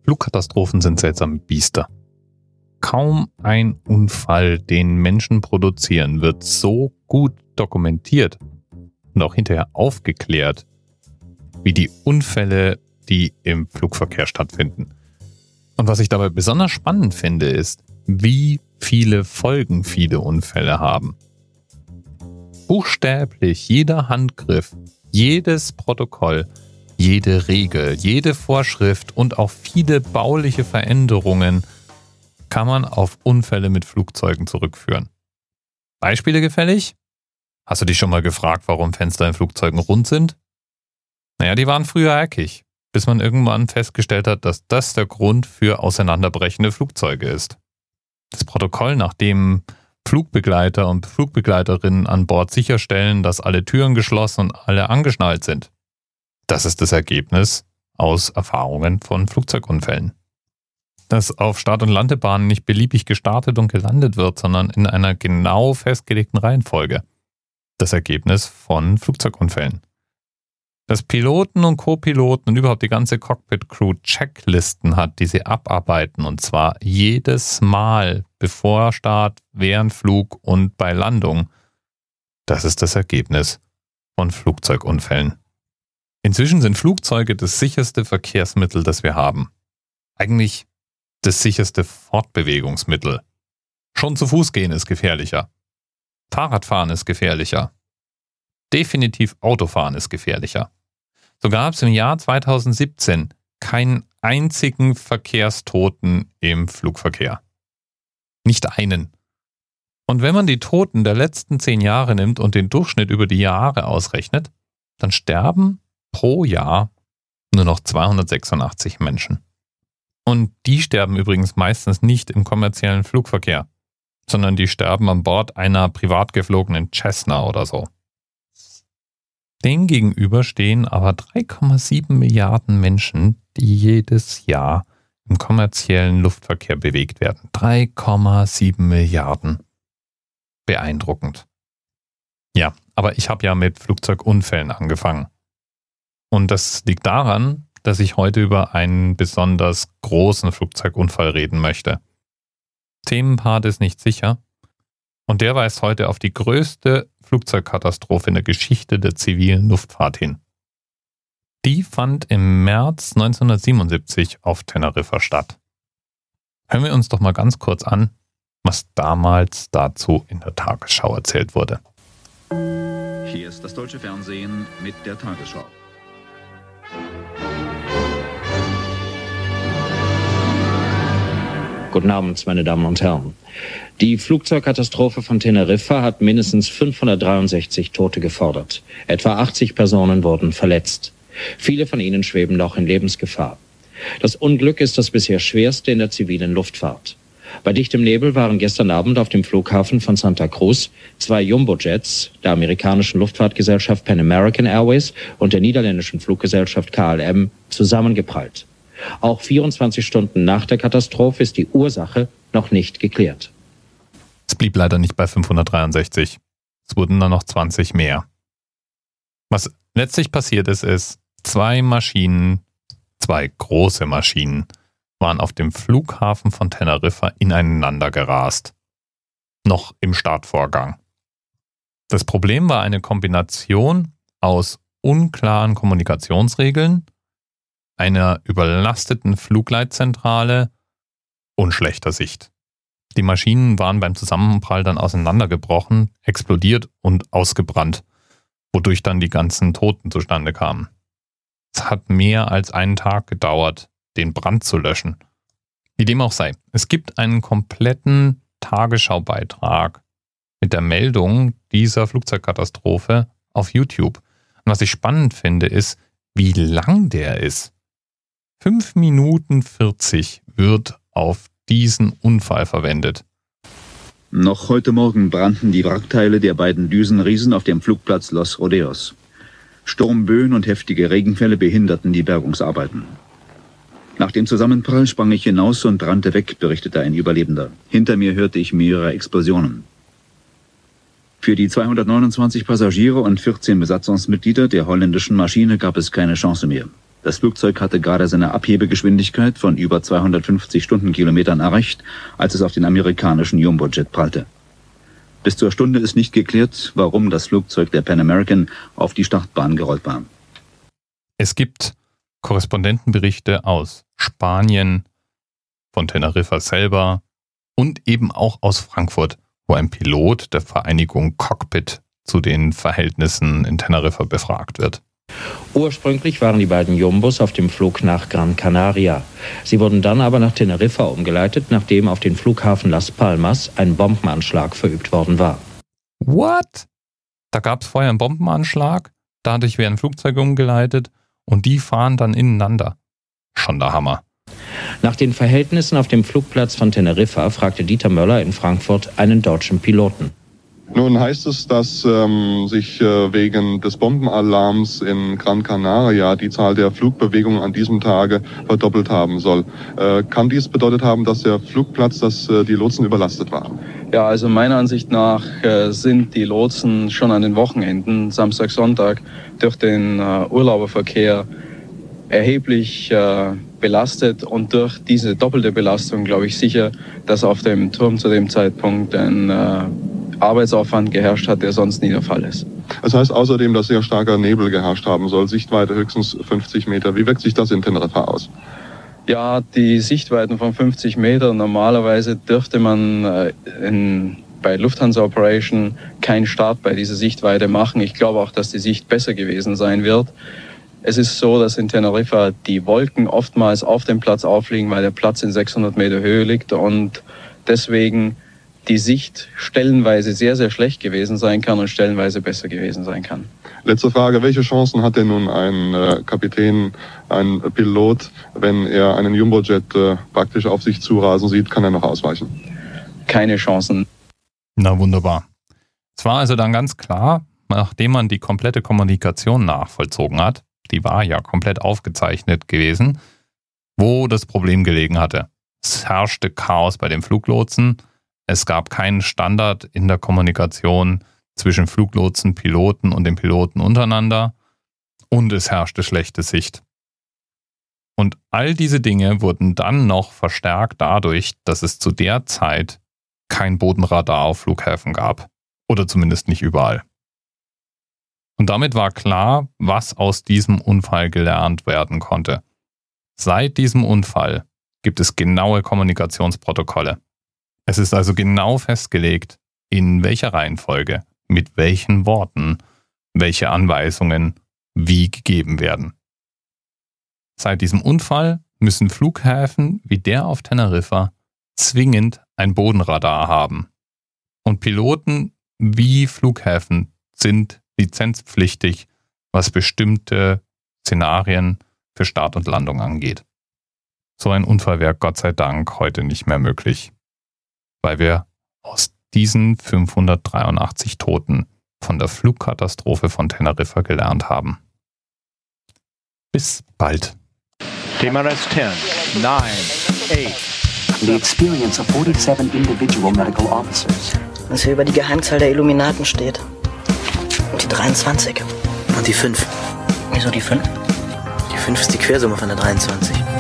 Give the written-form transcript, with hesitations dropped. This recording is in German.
Flugkatastrophen sind seltsame Biester. Kaum ein Unfall, den Menschen produzieren, wird so gut dokumentiert und auch hinterher aufgeklärt, wie die Unfälle, die im Flugverkehr stattfinden. Und was ich dabei besonders spannend finde, ist, wie viele Folgen viele Unfälle haben. Buchstäblich jeder Handgriff, jedes Protokoll, jede Regel, jede Vorschrift und auch viele bauliche Veränderungen kann man auf Unfälle mit Flugzeugen zurückführen. Beispiele gefällig? Hast du dich schon mal gefragt, warum Fenster in Flugzeugen rund sind? Naja, die waren früher eckig, bis man irgendwann festgestellt hat, dass das der Grund für auseinanderbrechende Flugzeuge ist. Das Protokoll, nach dem Flugbegleiter und Flugbegleiterinnen an Bord sicherstellen, dass alle Türen geschlossen und alle angeschnallt sind. Das ist das Ergebnis aus Erfahrungen von Flugzeugunfällen. Dass auf Start- und Landebahnen nicht beliebig gestartet und gelandet wird, sondern in einer genau festgelegten Reihenfolge. Das Ergebnis von Flugzeugunfällen. Dass Piloten und Co-Piloten und überhaupt die ganze Cockpit-Crew Checklisten hat, die sie abarbeiten, und zwar jedes Mal bevor Start, während Flug und bei Landung. Das ist das Ergebnis von Flugzeugunfällen. Inzwischen sind Flugzeuge das sicherste Verkehrsmittel, das wir haben. Eigentlich das sicherste Fortbewegungsmittel. Schon zu Fuß gehen ist gefährlicher. Fahrradfahren ist gefährlicher. Definitiv Autofahren ist gefährlicher. So gab es im Jahr 2017 keinen einzigen Verkehrstoten im Flugverkehr. Nicht einen. Und wenn man die Toten der letzten 10 Jahre nimmt und den Durchschnitt über die Jahre ausrechnet, dann sterben pro Jahr nur noch 286 Menschen. Und die sterben übrigens meistens nicht im kommerziellen Flugverkehr, sondern die sterben an Bord einer privat geflogenen Cessna oder so. Dem gegenüber stehen aber 3,7 Milliarden Menschen, die jedes Jahr im kommerziellen Luftverkehr bewegt werden. 3,7 Milliarden. Beeindruckend. Ja, aber ich habe ja mit Flugzeugunfällen angefangen. Und das liegt daran, dass ich heute über einen besonders großen Flugzeugunfall reden möchte. Themenpart ist nicht sicher. Und der weist heute auf die größte Flugzeugkatastrophe in der Geschichte der zivilen Luftfahrt hin. Die fand im März 1977 auf Teneriffa statt. Hören wir uns doch mal ganz kurz an, was damals dazu in der Tagesschau erzählt wurde. Hier ist das deutsche Fernsehen mit der Tagesschau. Guten Abend, meine Damen und Herren. Die Flugzeugkatastrophe von Teneriffa hat mindestens 563 Tote gefordert. Etwa 80 Personen wurden verletzt. Viele von ihnen schweben noch in Lebensgefahr. Das Unglück ist das bisher schwerste in der zivilen Luftfahrt. Bei dichtem Nebel waren gestern Abend auf dem Flughafen von Santa Cruz 2 Jumbojets der amerikanischen Luftfahrtgesellschaft Pan American Airways und der niederländischen Fluggesellschaft KLM zusammengeprallt. Auch 24 Stunden nach der Katastrophe ist die Ursache noch nicht geklärt. Es blieb leider nicht bei 563. Es wurden dann noch 20 mehr. Was letztlich passiert ist, 2 Maschinen, 2 große Maschinen, waren auf dem Flughafen von Teneriffa ineinander gerast. Noch im Startvorgang. Das Problem war eine Kombination aus unklaren Kommunikationsregeln, einer überlasteten Flugleitzentrale und schlechter Sicht. Die Maschinen waren beim Zusammenprall dann auseinandergebrochen, explodiert und ausgebrannt, wodurch dann die ganzen Toten zustande kamen. Es hat mehr als einen Tag gedauert, den Brand zu löschen. Wie dem auch sei, es gibt einen kompletten Tagesschaubeitrag mit der Meldung dieser Flugzeugkatastrophe auf YouTube. Und was ich spannend finde, ist, wie lang der ist. 5 Minuten 40 wird auf diesen Unfall verwendet. Noch heute Morgen brannten die Wrackteile der beiden Düsenriesen auf dem Flugplatz Los Rodeos. Sturmböen und heftige Regenfälle behinderten die Bergungsarbeiten. Nach dem Zusammenprall sprang ich hinaus und brannte weg, berichtete ein Überlebender. Hinter mir hörte ich mehrere Explosionen. Für die 229 Passagiere und 14 Besatzungsmitglieder der holländischen Maschine gab es keine Chance mehr. Das Flugzeug hatte gerade seine Abhebegeschwindigkeit von über 250 Stundenkilometern erreicht, als es auf den amerikanischen Jumbojet prallte. Bis zur Stunde ist nicht geklärt, warum das Flugzeug der Pan American auf die Startbahn gerollt war. Es gibt Korrespondentenberichte aus Spanien, von Teneriffa selber und eben auch aus Frankfurt, wo ein Pilot der Vereinigung Cockpit zu den Verhältnissen in Teneriffa befragt wird. Ursprünglich waren die beiden Jumbos auf dem Flug nach Gran Canaria. Sie wurden dann aber nach Teneriffa umgeleitet, nachdem auf den Flughafen Las Palmas ein Bombenanschlag verübt worden war. What? Da gab es vorher einen Bombenanschlag, dadurch werden Flugzeuge umgeleitet und die fahren dann ineinander. Schon der Hammer. Nach den Verhältnissen auf dem Flugplatz von Teneriffa fragte Dieter Möller in Frankfurt einen deutschen Piloten. Nun heißt es, dass sich wegen des Bombenalarms in Gran Canaria die Zahl der Flugbewegungen an diesem Tage verdoppelt haben soll. Kann dies bedeutet haben, dass der Flugplatz, dass die Lotsen überlastet waren? Ja, also meiner Ansicht nach sind die Lotsen schon an den Wochenenden, Samstag, Sonntag, durch den Urlauberverkehr erheblich belastet, und durch diese doppelte Belastung glaube ich sicher, dass auf dem Turm zu dem Zeitpunkt ein Arbeitsaufwand geherrscht hat, der sonst nie der Fall ist. Das heißt außerdem, dass sehr starker Nebel geherrscht haben soll, Sichtweite höchstens 50 Meter. Wie wirkt sich das in Teneriffa aus? Ja, die Sichtweiten von 50 Metern, normalerweise dürfte man bei Lufthansa Operation keinen Start bei dieser Sichtweite machen. Ich glaube auch, dass die Sicht besser gewesen sein wird. Es ist so, dass in Teneriffa die Wolken oftmals auf dem Platz aufliegen, weil der Platz in 600 Meter Höhe liegt und deswegen die Sicht stellenweise sehr, sehr schlecht gewesen sein kann und stellenweise besser gewesen sein kann. Letzte Frage, welche Chancen hat denn nun ein Kapitän, ein Pilot, wenn er einen Jumbojet praktisch auf sich zurasen sieht, kann er noch ausweichen? Keine Chancen. Na wunderbar. Es war also dann ganz klar, nachdem man die komplette Kommunikation nachvollzogen hat, die war ja komplett aufgezeichnet gewesen, wo das Problem gelegen hatte. Es herrschte Chaos bei den Fluglotsen. Es gab keinen Standard in der Kommunikation zwischen Fluglotsen, Piloten und den Piloten untereinander. Und es herrschte schlechte Sicht. Und all diese Dinge wurden dann noch verstärkt dadurch, dass es zu der Zeit kein Bodenradar auf Flughäfen gab. Oder zumindest nicht überall. Und damit war klar, was aus diesem Unfall gelernt werden konnte. Seit diesem Unfall gibt es genaue Kommunikationsprotokolle. Es ist also genau festgelegt, in welcher Reihenfolge, mit welchen Worten, welche Anweisungen wie gegeben werden. Seit diesem Unfall müssen Flughäfen wie der auf Teneriffa zwingend ein Bodenradar haben. Und Piloten wie Flughäfen sind lizenzpflichtig, was bestimmte Szenarien für Start und Landung angeht. So ein Unfall wäre Gott sei Dank heute nicht mehr möglich, weil wir aus diesen 583 Toten von der Flugkatastrophe von Teneriffa gelernt haben. Bis bald. TMRS 10, 9, 8. The experience of 47 individual medical officers. Was hier über die Geheimzahl der Illuminaten steht. Und die 23. Und die 5. Wieso die 5? Die 5 ist die Quersumme von der 23.